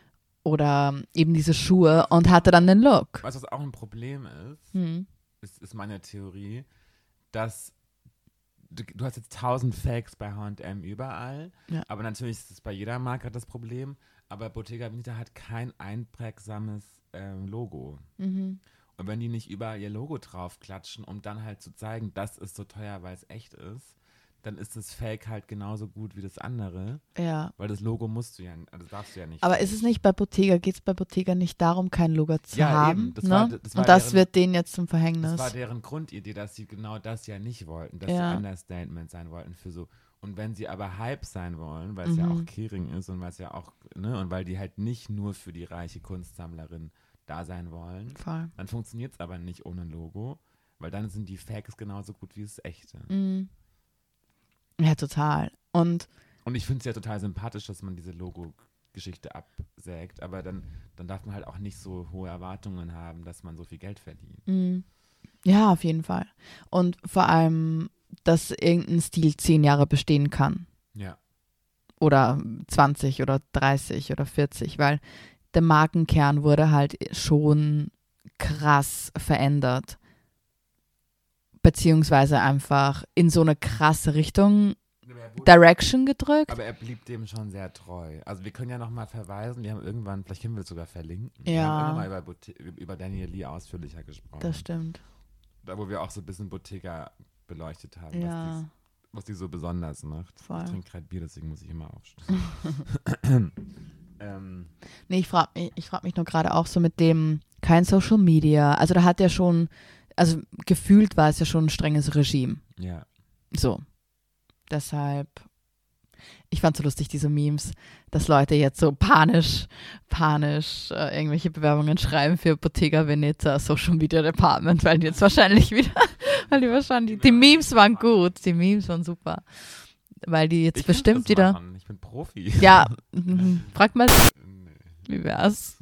oder eben diese Schuhe und hatte dann den Look. weißt du, was auch ein Problem ist? Hm. ist, ist meine Theorie, dass du, du hast jetzt tausend Fakes bei H und M überall, Ja. aber natürlich ist es bei jeder Marke das Problem, aber Bottega Veneta hat kein einprägsames ähm, Logo. Mhm. Und wenn die nicht überall ihr Logo draufklatschen, um dann halt zu zeigen, das ist so teuer, weil es echt ist, dann ist das Fake halt genauso gut wie das andere, Ja. weil das Logo musst du ja, also darfst du ja nicht. Aber ist es nicht bei Bottega, geht es bei Bottega nicht darum, kein Logo zu Ja, haben? eben. Das ne? war- das war und das deren- wird denen jetzt zum Das Verhängnis. war deren Grundidee, dass sie genau das ja nicht wollten, dass Ja. sie Understatement sein wollten für so. Und wenn sie aber Hype sein wollen, weil es ja Mhm. auch Kering ist und weil es ja auch, ne, und weil die halt nicht nur für die reiche Kunstsammlerin da sein wollen, Voll. dann funktioniert es aber nicht ohne Logo, weil dann sind die Fakes genauso gut wie das echte. Mhm. Ja, total. Und Und ich finde es ja total sympathisch, dass man diese Logo-Geschichte absägt, aber dann, dann darf man halt auch nicht so hohe Erwartungen haben, dass man so viel Geld verdient. mh, Ja, auf jeden Fall. Und vor allem, dass irgendein Stil zehn Jahre bestehen kann. Ja. Oder zwanzig oder dreißig oder vierzig, weil der Markenkern wurde halt schon krass verändert. Beziehungsweise einfach in so eine krasse Richtung Direction gedrückt. Aber er blieb dem schon sehr treu. Also wir können ja nochmal verweisen, wir haben irgendwann, vielleicht können wir es sogar verlinken. Ja. Wir haben irgendwann mal über, Bote- über Daniel Lee ausführlicher gesprochen. Das stimmt. Da, wo wir auch so ein bisschen Bottega beleuchtet haben, was, Ja, die's, was die so besonders macht. voll. Ich trinke gerade Bier, deswegen muss ich immer aufstehen. ähm, Nee, ich frage mich, ich frag mich nur gerade auch so mit dem, kein Social Media. Also da hat er schon, also gefühlt war es ja schon ein strenges Regime. ja. So. Deshalb, ich fand so lustig, diese Memes, dass Leute jetzt so panisch, panisch äh, irgendwelche Bewerbungen schreiben für Bottega Veneta Social Media Department, weil die jetzt wahrscheinlich wieder, weil die wahrscheinlich, die Memes waren gut, die Memes waren super. Weil die jetzt Ich kann bestimmt das wieder, machen. Ich bin Profi. ja, mhm, frag mal, Nee. wie wär's?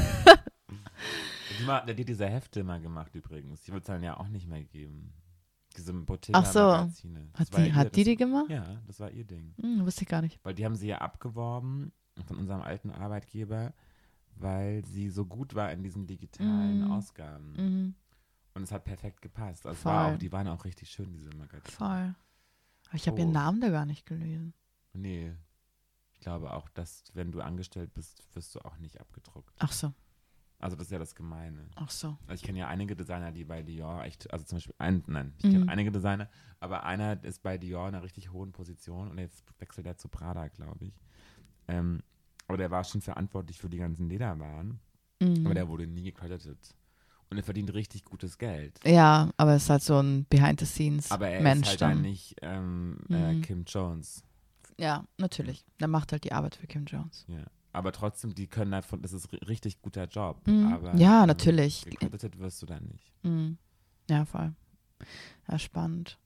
Die, ma- der hat diese Hefte mal gemacht übrigens. Die wird es dann ja auch nicht mehr geben. Diese Ach so. Bottega-Magazine. Das Hat war die, ihr- hat die das, die gemacht? Ja, das war ihr Ding. Hm, wusste ich gar nicht. Weil die haben sie ja abgeworben von unserem alten Arbeitgeber, weil sie so gut war in diesen digitalen Mhm. Ausgaben. Mhm, Und es hat perfekt gepasst. Also es war Voll. auch, die waren auch richtig schön, diese Magazine. voll. Aber ich habe ihren Oh. Namen da gar nicht gelesen. Nee. Ich glaube auch, dass, wenn du angestellt bist, wirst du auch nicht abgedruckt. Ach so, Also das ist ja das Gemeine. ach so. Also ich kenne ja einige Designer, die bei Dior echt, also zum Beispiel, ein, nein, ich kenne Mhm. einige Designer, aber einer ist bei Dior in einer richtig hohen Position und jetzt wechselt er zu Prada, glaube ich. Ähm, aber der war schon verantwortlich für die ganzen Lederwaren, Mhm. aber der wurde nie gecredited. Und er verdient richtig gutes Geld. Ja, aber es ist halt so ein Aber er Behind-the-Scenes-Mensch ist halt dann. dann nicht ähm, äh, Mhm. Kim Jones. Ja, natürlich. Der macht halt die Arbeit für Kim Jones. Ja. Aber trotzdem, die können davon, das ist ri- richtig guter Job. Mhm. Aber, Ja, ähm, natürlich. Gecredited wirst du dann nicht. Mhm. Ja, voll. Ja, spannend.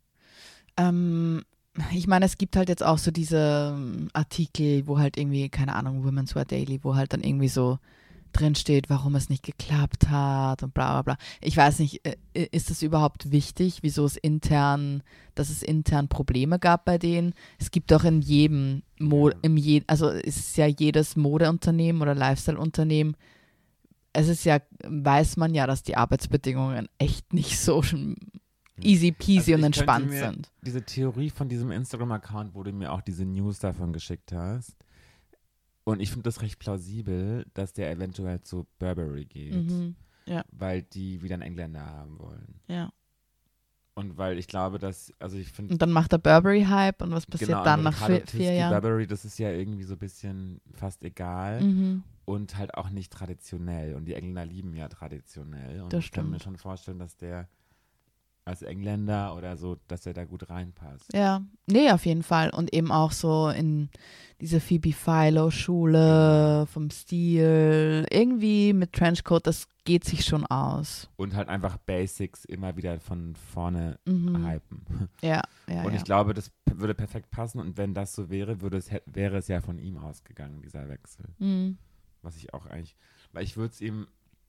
Ähm, ich meine, es gibt halt jetzt auch so diese ähm, Artikel, wo halt irgendwie, keine Ahnung, Women's Wear Daily, wo halt dann irgendwie so drin steht, warum es nicht geklappt hat und bla bla bla. Ich weiß nicht, äh, ist das überhaupt wichtig, wieso es intern, dass es intern Probleme gab bei denen? Es gibt doch in jedem Mode, im je, also es ist ja jedes Modeunternehmen oder Lifestyle-Unternehmen, es ist ja, weiß man ja, dass die Arbeitsbedingungen echt nicht so schon easy peasy Also und ich entspannt könnte mir sind. Diese Theorie von diesem Instagram-Account, wo du mir auch diese News davon geschickt hast. Und ich finde das recht plausibel, dass der eventuell zu Burberry geht, Mhm. weil die wieder einen Engländer haben wollen. Ja. Und weil ich glaube, dass, also ich finde, Und dann macht er Burberry-Hype und was passiert genau, dann und nach Riccardo vier, vier Tisci, Jahren? Burberry, das ist ja irgendwie so ein bisschen fast egal Mhm. und halt auch nicht traditionell. Und die Engländer lieben ja traditionell. Und Das ich kann mir stimmt. schon vorstellen, dass der als Engländer oder so, dass er da gut reinpasst. Ja, nee, auf jeden Fall. Und eben auch so in diese Phoebe Philo-Schule vom Stil. Irgendwie mit Trenchcoat, das geht sich schon aus. Und halt einfach Basics immer wieder von vorne Mhm. hypen. Ja, ja, und ja. ich glaube, das p- würde perfekt passen. Und wenn das so wäre, würde es, hä- wäre es ja von ihm ausgegangen, dieser Wechsel. Mhm. Was ich auch eigentlich, weil ich würde es ihm,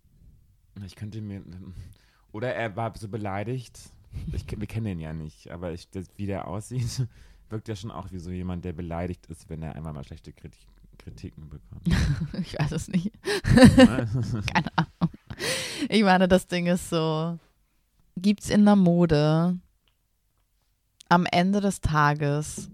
ich könnte mir, oder er war so beleidigt, ich, ke- wir kennen ihn ja nicht, aber ich, das, wie der aussieht, wirkt ja schon auch wie so jemand, der beleidigt ist, wenn er einmal mal schlechte Kritik, Kritiken bekommt. Ich weiß es nicht. Ne? Keine Ahnung. Ich meine, das Ding ist so, gibt's in der Mode am Ende des Tages,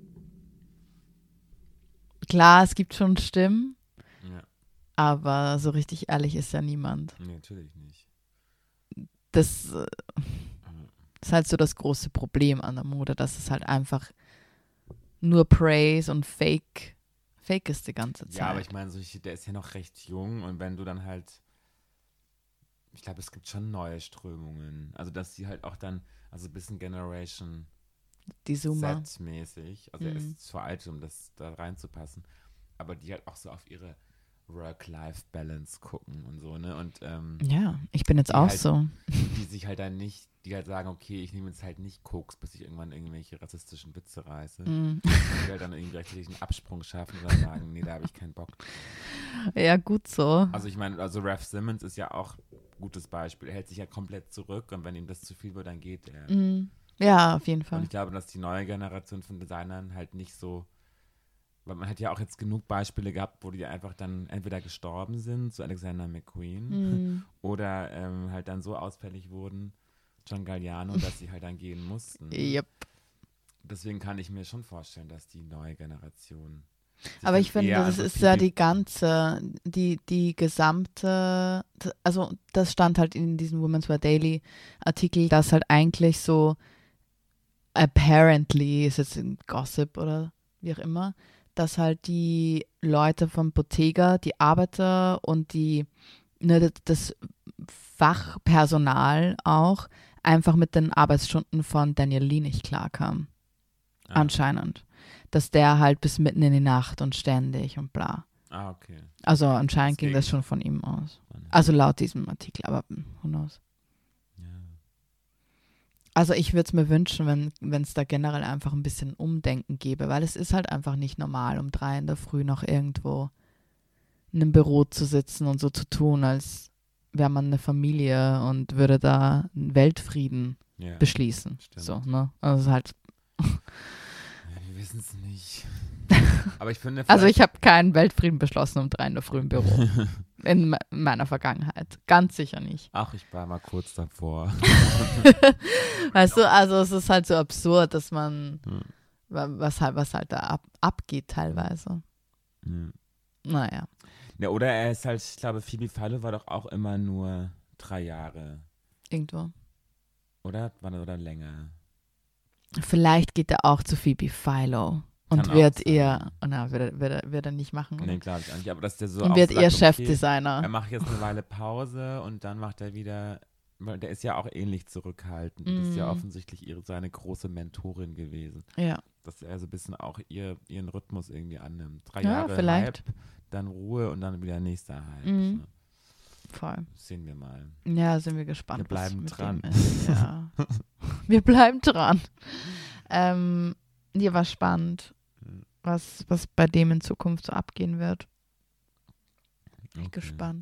klar, es gibt schon Stimmen, Ja, aber so richtig ehrlich ist ja niemand. nee, natürlich nicht. Das äh, ist halt so das große Problem an der Mode, dass es halt einfach nur Praise und Fake, Fake ist die ganze Zeit. Ja, aber ich meine, so, ich- der ist ja noch recht jung und wenn du dann halt, ich glaube, es gibt schon neue Strömungen. Also, dass sie halt auch dann, also ein bisschen Generation die Zoomer. Z-mäßig, also er Mhm. ist zu alt, um das da reinzupassen, aber die halt auch so auf ihre Work-Life-Balance gucken und so, ne? Und ähm, Ja, ich bin jetzt Die auch halt- so. die sich halt dann nicht, die halt sagen, okay, ich nehme jetzt halt nicht Koks, bis ich irgendwann irgendwelche rassistischen Witze reiße. Mm. Die halt dann irgendwie rechtzeitig einen Absprung schaffen und dann sagen, nee, da habe ich keinen Bock. Ja, gut so. Also ich meine, also Ralph Simmons ist ja auch ein gutes Beispiel. Er hält sich ja komplett zurück und wenn ihm das zu viel wird, dann geht er. Mm. Ja, auf jeden Und Fall. ich glaube, dass die neue Generation von Designern halt nicht so, weil man hat ja auch jetzt genug Beispiele gehabt, wo die einfach dann entweder gestorben sind, so Alexander McQueen, Mm. oder ähm, halt dann so ausfällig wurden, John Galliano, dass sie halt dann gehen mussten. Yep. Deswegen kann ich mir schon vorstellen, dass die neue Generation sich Aber dann ich finde, eher an das so ist ja Phoebe- die ganze, die, die gesamte, also das stand halt in diesem Women's Wear Daily Artikel, dass halt eigentlich so apparently, ist jetzt ein Gossip oder wie auch immer, dass halt die Leute von Bottega, die Arbeiter und die, ne, das- das Fachpersonal auch einfach mit den Arbeitsstunden von Daniel Lee nicht klarkam. Ah, Anscheinend. Dass der halt bis mitten in die Nacht und ständig und bla. Ah, okay. Also anscheinend ging Deswegen. das schon von ihm aus. Mann. Also laut diesem Artikel, aber hm, who knows. Ja. Also ich würde es mir wünschen, wenn es da generell einfach ein bisschen Umdenken gäbe, weil es ist halt einfach nicht normal, um drei in der Früh noch irgendwo in einem Büro zu sitzen und so zu tun, als wäre man eine Familie und würde da einen Weltfrieden Ja. beschließen. stimmt. So, ne? Also es ist halt, Ja, wir wissen es nicht. Aber ich finde, also vielleicht- ich habe keinen Weltfrieden beschlossen um drei in der Früh im Büro. In me- meiner Vergangenheit. Ganz sicher nicht. Ach, ich war mal kurz davor. Weißt du, also es ist halt so absurd, dass man, Hm. wa- was halt, was halt da ab, abgeht teilweise. Hm. Naja. Ja, oder er ist halt, ich glaube, Phoebe Philo war doch auch immer nur drei Jahre. Irgendwo. Oder? War das oder länger? Vielleicht geht er auch zu Phoebe Philo und Kann auch wird sein. ihr, oh na, wird er, wird er, wird er nicht machen. Nee, glaube ich auch nicht. Aber dass der so und auch wird sagt, ihr okay, Chefdesigner. er macht jetzt eine Weile Pause und dann macht er wieder, weil der ist ja auch ähnlich zurückhaltend. Das ist ja Mm. offensichtlich ihre, seine große Mentorin gewesen. Ja. Dass er so ein bisschen auch ihr, ihren Rhythmus irgendwie annimmt. Drei Ja, Jahre vielleicht. Hype, dann Ruhe und dann wieder nächster Hype. Mhm. Ne? Voll. Sehen wir mal. Ja, sind wir gespannt. Wir bleiben was mit dran. dem ist. Ja. Wir bleiben dran. Ähm, ja, war spannend, Mhm. was, was bei dem in Zukunft so abgehen wird. Bin Okay. gespannt.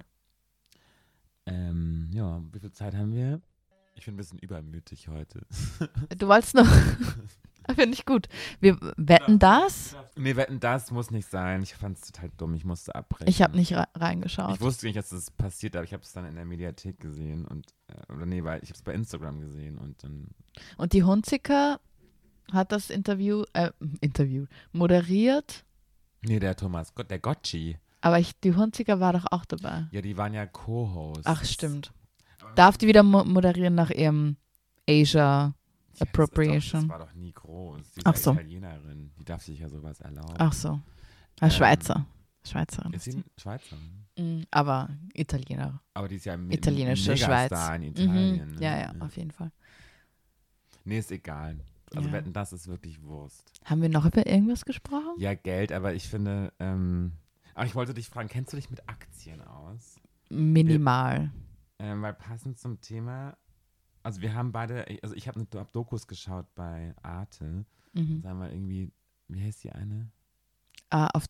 Ähm, ja, wie viel Zeit haben wir? Ich bin ein bisschen übermütig heute. Du wolltest noch. Finde ich gut. Wir wetten das? Nee, wetten, das muss nicht sein. Ich fand es total dumm. Ich musste abbrechen. Ich habe nicht re reingeschaut. Ich wusste nicht, dass das passiert, aber ich habe es dann in der Mediathek gesehen und äh, oder nee, weil ich habe es bei Instagram gesehen und dann Und die Hunziker hat das Interview, äh, Interview, moderiert. nee, der Thomas Gott, der Gotchi. Aber ich, die Hunziker war doch auch dabei. Ja, die waren ja Co-Hosts. Ach, stimmt. Darf die wieder mo moderieren nach ihrem Asia Ja, das ist Appropriation? Doch, das war doch nie groß. Die ist Ach ja so. Italienerin. Die darf sich ja sowas erlauben. Ach so. Ähm, Ah, Schweizer. Schweizerin. Ist Ist sie die. ein Schweizer? Mm, aber Italiener. Aber die ist ja ein Italienische Megastar Schweiz. in Italien. Mhm. Ne? Ja, ja, auf jeden Fall. Nee, ist egal. Also Ja. wetten, das ist wirklich Wurst. Haben wir noch über irgendwas gesprochen? Ja, Geld, aber ich finde, ähm, aber ich wollte dich fragen, kennst du dich mit Aktien aus? Minimal. Ähm, weil passend zum Thema, also wir haben beide, also ich habe hab Dokus geschaut bei Arte, Mhm. sagen wir irgendwie, wie heißt die eine? Ah, auf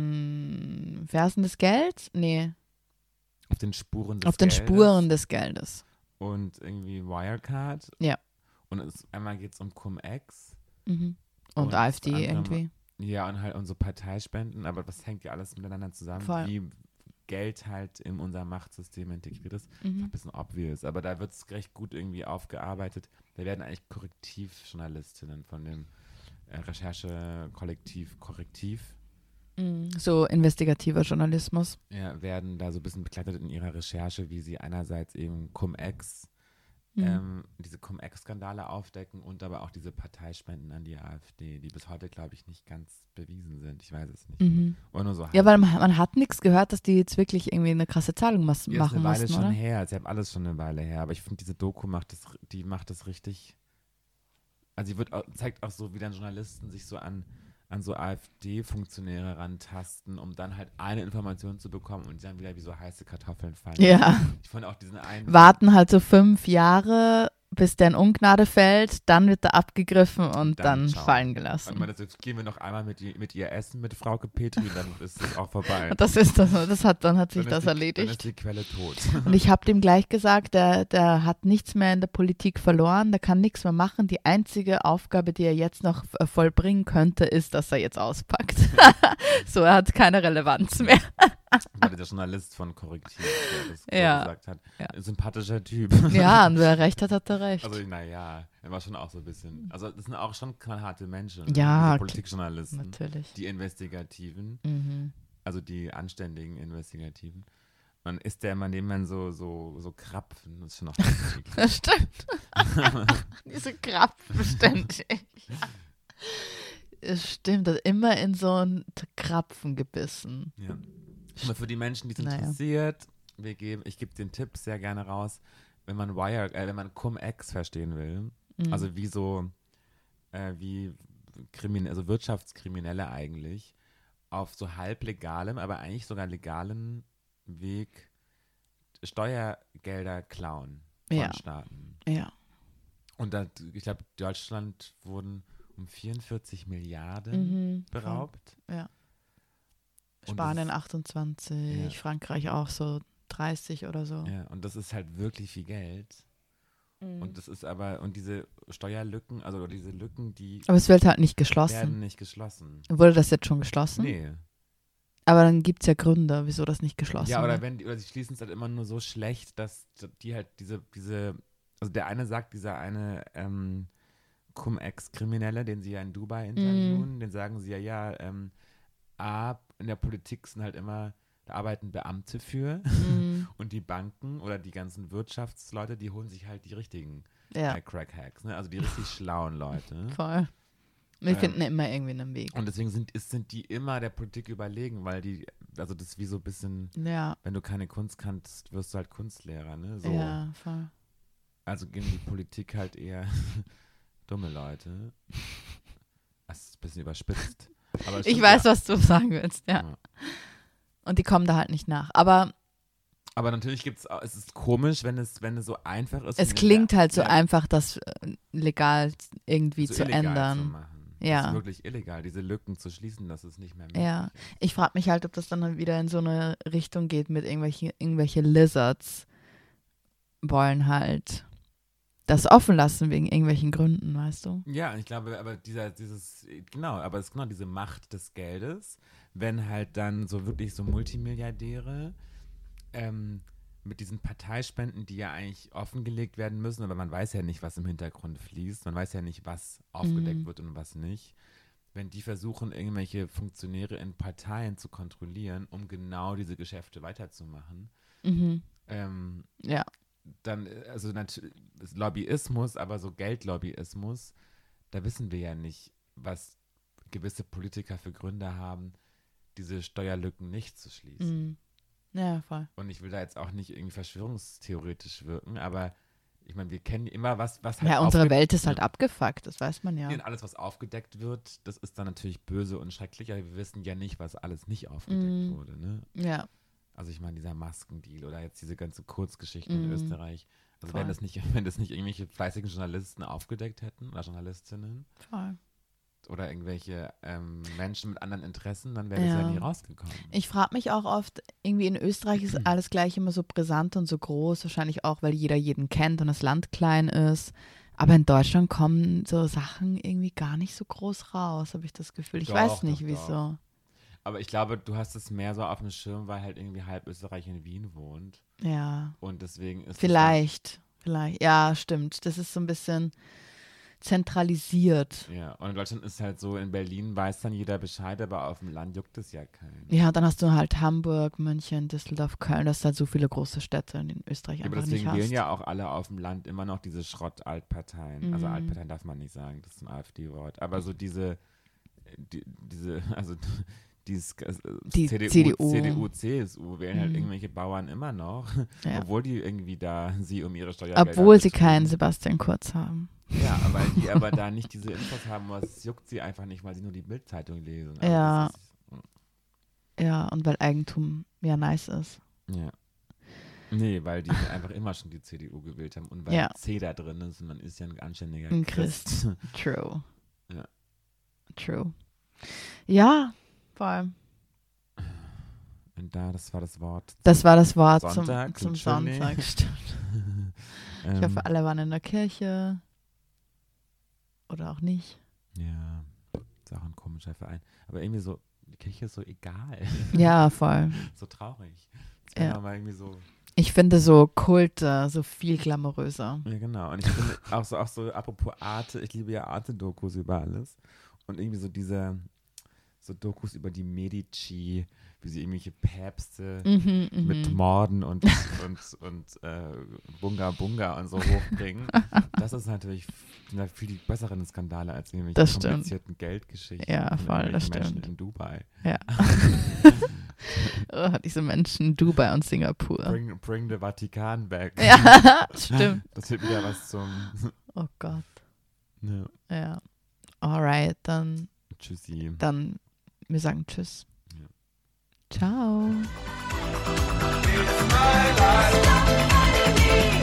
den Fersen des Gelds? Nee, Auf den Spuren des auf den Geldes Spuren des Geldes. und irgendwie Wirecard. Ja. Und es, einmal geht es um Cum-Ex. Mhm. Und, Und AfD das andere irgendwie. Ja, und halt unsere Parteispenden, aber das hängt ja alles miteinander zusammen, Voll. wie Geld halt in unser Machtsystem integriert ist. Mhm. Ein bisschen obvious, aber da wird es recht gut irgendwie aufgearbeitet. Da werden eigentlich Korrektivjournalistinnen von dem äh, Recherchekollektiv Korrektiv Mhm. So investigativer Journalismus. ja, werden da so ein bisschen begleitet in ihrer Recherche, wie sie einerseits eben Cum-Ex, Mhm. ähm, diese Cum-Ex-Skandale aufdecken und aber auch diese Parteispenden an die AfD, die bis heute, glaube ich, nicht ganz bewiesen sind. Ich weiß es nicht. Mhm. Oder nur so Ja, weil man, man hat nichts gehört, dass die jetzt wirklich irgendwie eine krasse Zahlung mas- Ja, ist machen eine Weile mussten, schon oder? her. Sie haben alles schon eine Weile her. Aber ich finde, diese Doku macht das, die macht das richtig. Also sie wird auch, zeigt auch so, wie dann Journalisten sich so an, an so AfD-Funktionäre rantasten, um dann halt eine Information zu bekommen und die dann wieder wie so heiße Kartoffeln fallen. Ja. Ich fand auch diesen einen... Warten halt so fünf Jahre, bis der in Ungnade fällt, dann wird er abgegriffen und dann, Dann schauen. fallen Warte gelassen. mal, das, jetzt gehen wir noch einmal mit, ihr- mit ihr essen, mit Frauke Petri, dann ist es auch vorbei. Das ist das, das hat, dann hat sich Dann das ist die, erledigt. Dann ist die Quelle tot. Und ich habe dem gleich gesagt, der, der hat nichts mehr in der Politik verloren, der kann nichts mehr machen. Die einzige Aufgabe, die er jetzt noch äh, vollbringen könnte, ist, dass er jetzt auspackt. So, er hat keine Relevanz mehr. War der Journalist von Korrektiv, der das so Ja. gesagt hat. Ja. Ein sympathischer Typ. Ja, und wer recht hat, hat er recht. Also, naja, er war schon auch so ein bisschen. Also, das sind auch schon knallharte Menschen. Ja, Diese Politikjournalisten. Natürlich. Die Investigativen, Mhm. also die anständigen Investigativen. Man isst der immer neben man so, so, so Krapfen. Das ist schon auch eklig. Das stimmt. Diese Krapfen ständig. Es stimmt, das immer in so einen Krapfen gebissen. Ja. Aber für die Menschen, die es Naja. interessiert, wir geben, ich gebe den Tipp sehr gerne raus, wenn man Wire, äh, wenn man Cum-Ex verstehen will, Mhm. also wie so, äh, wie Krimin also Wirtschaftskriminelle eigentlich, auf so halblegalem, aber eigentlich sogar legalen Weg Steuergelder klauen von Ja. Staaten. Ja. Und da, ich glaube, Deutschland wurden um vierundvierzig Milliarden Mhm. beraubt. Ja. Und Spanien das achtundzwanzig, Ja. Frankreich auch so dreißig oder so. Ja, und das ist halt wirklich viel Geld. Mhm. Und das ist aber, und diese Steuerlücken, also diese Lücken, die Aber es wird halt nicht geschlossen. werden nicht geschlossen. Wurde das jetzt schon geschlossen? Nee. Aber dann gibt es ja Gründe, wieso das nicht geschlossen Ja, oder wird. wenn die, oder sie schließen es halt immer nur so schlecht, dass die halt diese, diese, also der eine sagt, dieser eine ähm, Cum-Ex-Kriminelle, den sie ja in Dubai interviewen, den sagen sie ja, ja, ähm, A, in der Politik sind halt immer, da arbeiten Beamte für Mhm. und die Banken oder die ganzen Wirtschaftsleute, die holen sich halt die richtigen Ja, äh, Crack-Hacks, ne? Also die richtig schlauen Leute. voll. Wir Ähm, finden immer irgendwie einen Weg. Und deswegen sind, ist, sind die immer der Politik überlegen, weil die, also das ist wie so ein bisschen, Ja, wenn du keine Kunst kannst, wirst du halt Kunstlehrer, ne? So. ja, voll. Also gegen die Politik halt eher dumme Leute. Das ist ein bisschen überspitzt. Aber es Ich stimmt weiß, ja. was du sagen willst, ja. Ja. Und die kommen da halt nicht nach. Aber Aber natürlich gibt es, es ist komisch, wenn es, wenn es so einfach ist. es und klingt ja, halt so ja, einfach, das äh, legal irgendwie so zu illegal ändern. Zu machen. Ja. Das ist wirklich illegal, diese Lücken zu schließen, dass es nicht mehr möglich Ja. ist. Ich frage mich halt, ob das dann wieder in so eine Richtung geht mit irgendwelchen irgendwelche Lizards wollen halt das offen lassen wegen irgendwelchen Gründen, weißt du? Ja, ich glaube, aber dieser, dieses, genau, aber es ist genau diese Macht des Geldes, wenn halt dann so wirklich so Multimilliardäre ähm, mit diesen Parteispenden, die ja eigentlich offengelegt werden müssen, aber man weiß ja nicht, was im Hintergrund fließt, man weiß ja nicht, was aufgedeckt Mhm. wird und was nicht. Wenn die versuchen, irgendwelche Funktionäre in Parteien zu kontrollieren, um genau diese Geschäfte weiterzumachen, Mhm. ähm, Ja. dann, äh, also natürlich Lobbyismus, aber so Geldlobbyismus, da wissen wir ja nicht, was gewisse Politiker für Gründe haben, diese Steuerlücken nicht zu schließen. Mhm. Ja, voll. Und ich will da jetzt auch nicht irgendwie verschwörungstheoretisch wirken, aber ich meine, wir kennen immer was, was Ja, unsere aufge- Welt ist halt Ja. abgefuckt, das weiß man ja. Und alles, was aufgedeckt wird, das ist dann natürlich böse und schrecklich, aber wir wissen ja nicht, was alles nicht aufgedeckt Mhm. wurde, ne? Ja. Also ich meine, dieser Maskendeal oder jetzt diese ganze Kurzgeschichte in Mhm. Österreich. Also Voll. wenn das nicht, wenn das nicht irgendwelche fleißigen Journalisten aufgedeckt hätten oder Journalistinnen Voll. oder irgendwelche ähm, Menschen mit anderen Interessen, dann wäre das ja Ja. nie rausgekommen. Ich frage mich auch oft, irgendwie in Österreich ist alles gleich immer so brisant und so groß, wahrscheinlich auch, weil jeder jeden kennt und das Land klein ist. Aber in Deutschland kommen so Sachen irgendwie gar nicht so groß raus, habe ich das Gefühl. Ich Doch, weiß nicht, doch, wieso. doch. Aber ich glaube, du hast es mehr so auf dem Schirm, weil halt irgendwie halb Österreich in Wien wohnt. Ja, Und deswegen ist es vielleicht, vielleicht. Ja, stimmt. Das ist so ein bisschen zentralisiert. Dann, ja, und in Deutschland ist halt so, in Berlin weiß dann jeder Bescheid, aber auf dem Land juckt es ja keinen. Ja, dann hast du halt Hamburg, München, Düsseldorf, Köln. Das sind halt so viele große Städte, in denen Österreich Ja, aber einfach nicht deswegen hast. wählen ja auch alle auf dem Land immer noch diese Schrott-Altparteien. Also Mhm. Altparteien darf man nicht sagen, das ist ein AfD-Wort. Aber so diese, die, diese, also dieses äh, Die C D U, C D U. C D U, C S U wählen halt Mhm. irgendwelche Bauern immer noch, Ja. obwohl die irgendwie da sie um ihre Steuergelder Obwohl sie betrügen. keinen Sebastian Kurz haben. Ja, weil die aber da nicht diese Infos haben, was juckt sie einfach nicht, weil sie nur die Bildzeitung lesen. Also Ja. das ist, Ja, und weil Eigentum ja nice ist. ja. Nee, weil die einfach immer schon die C D U gewählt haben und weil Ja. C da drin ist und man ist ja ein anständiger Ein Christ. Christ. True. Ja. True. Ja, vor allem. Und da, das war das Wort. Das war das Wort Sonntag, zum, zum Entschuldigung. Sonntag. Stimmt. ähm, Ich hoffe, alle waren in der Kirche. Oder auch nicht. Ja, ist auch ein komischer Verein. Aber irgendwie so, die Kirche ist so egal. Ja, voll. So traurig. Jetzt kann Ja. man mal irgendwie so. Ich finde so Kulte so viel glamouröser. Ja, genau. Und ich finde auch so, auch so, apropos Arte, ich liebe ja Arte-Dokus über alles. Und irgendwie so diese, so Dokus über die Medici, wie sie irgendwelche Päpste Mhm, mhm. mit Morden und, und, und äh, Bunga Bunga und so hochbringen. Das ist natürlich sind halt viel die besseren Skandale als irgendwelche Das stimmt. komplizierten Geldgeschichten. Ja, von voll, das irgendwelchen Menschen stimmt. in Dubai. Ja. Oh, diese Menschen, Dubai und Singapur. Bring, bring the Vatikan back. Ja, stimmt. Das wird wieder was zum. Oh Gott. Ja. Ja. Alright, dann, Tschüssi. dann, wir sagen Tschüss. Ja. Ciao. It's my life.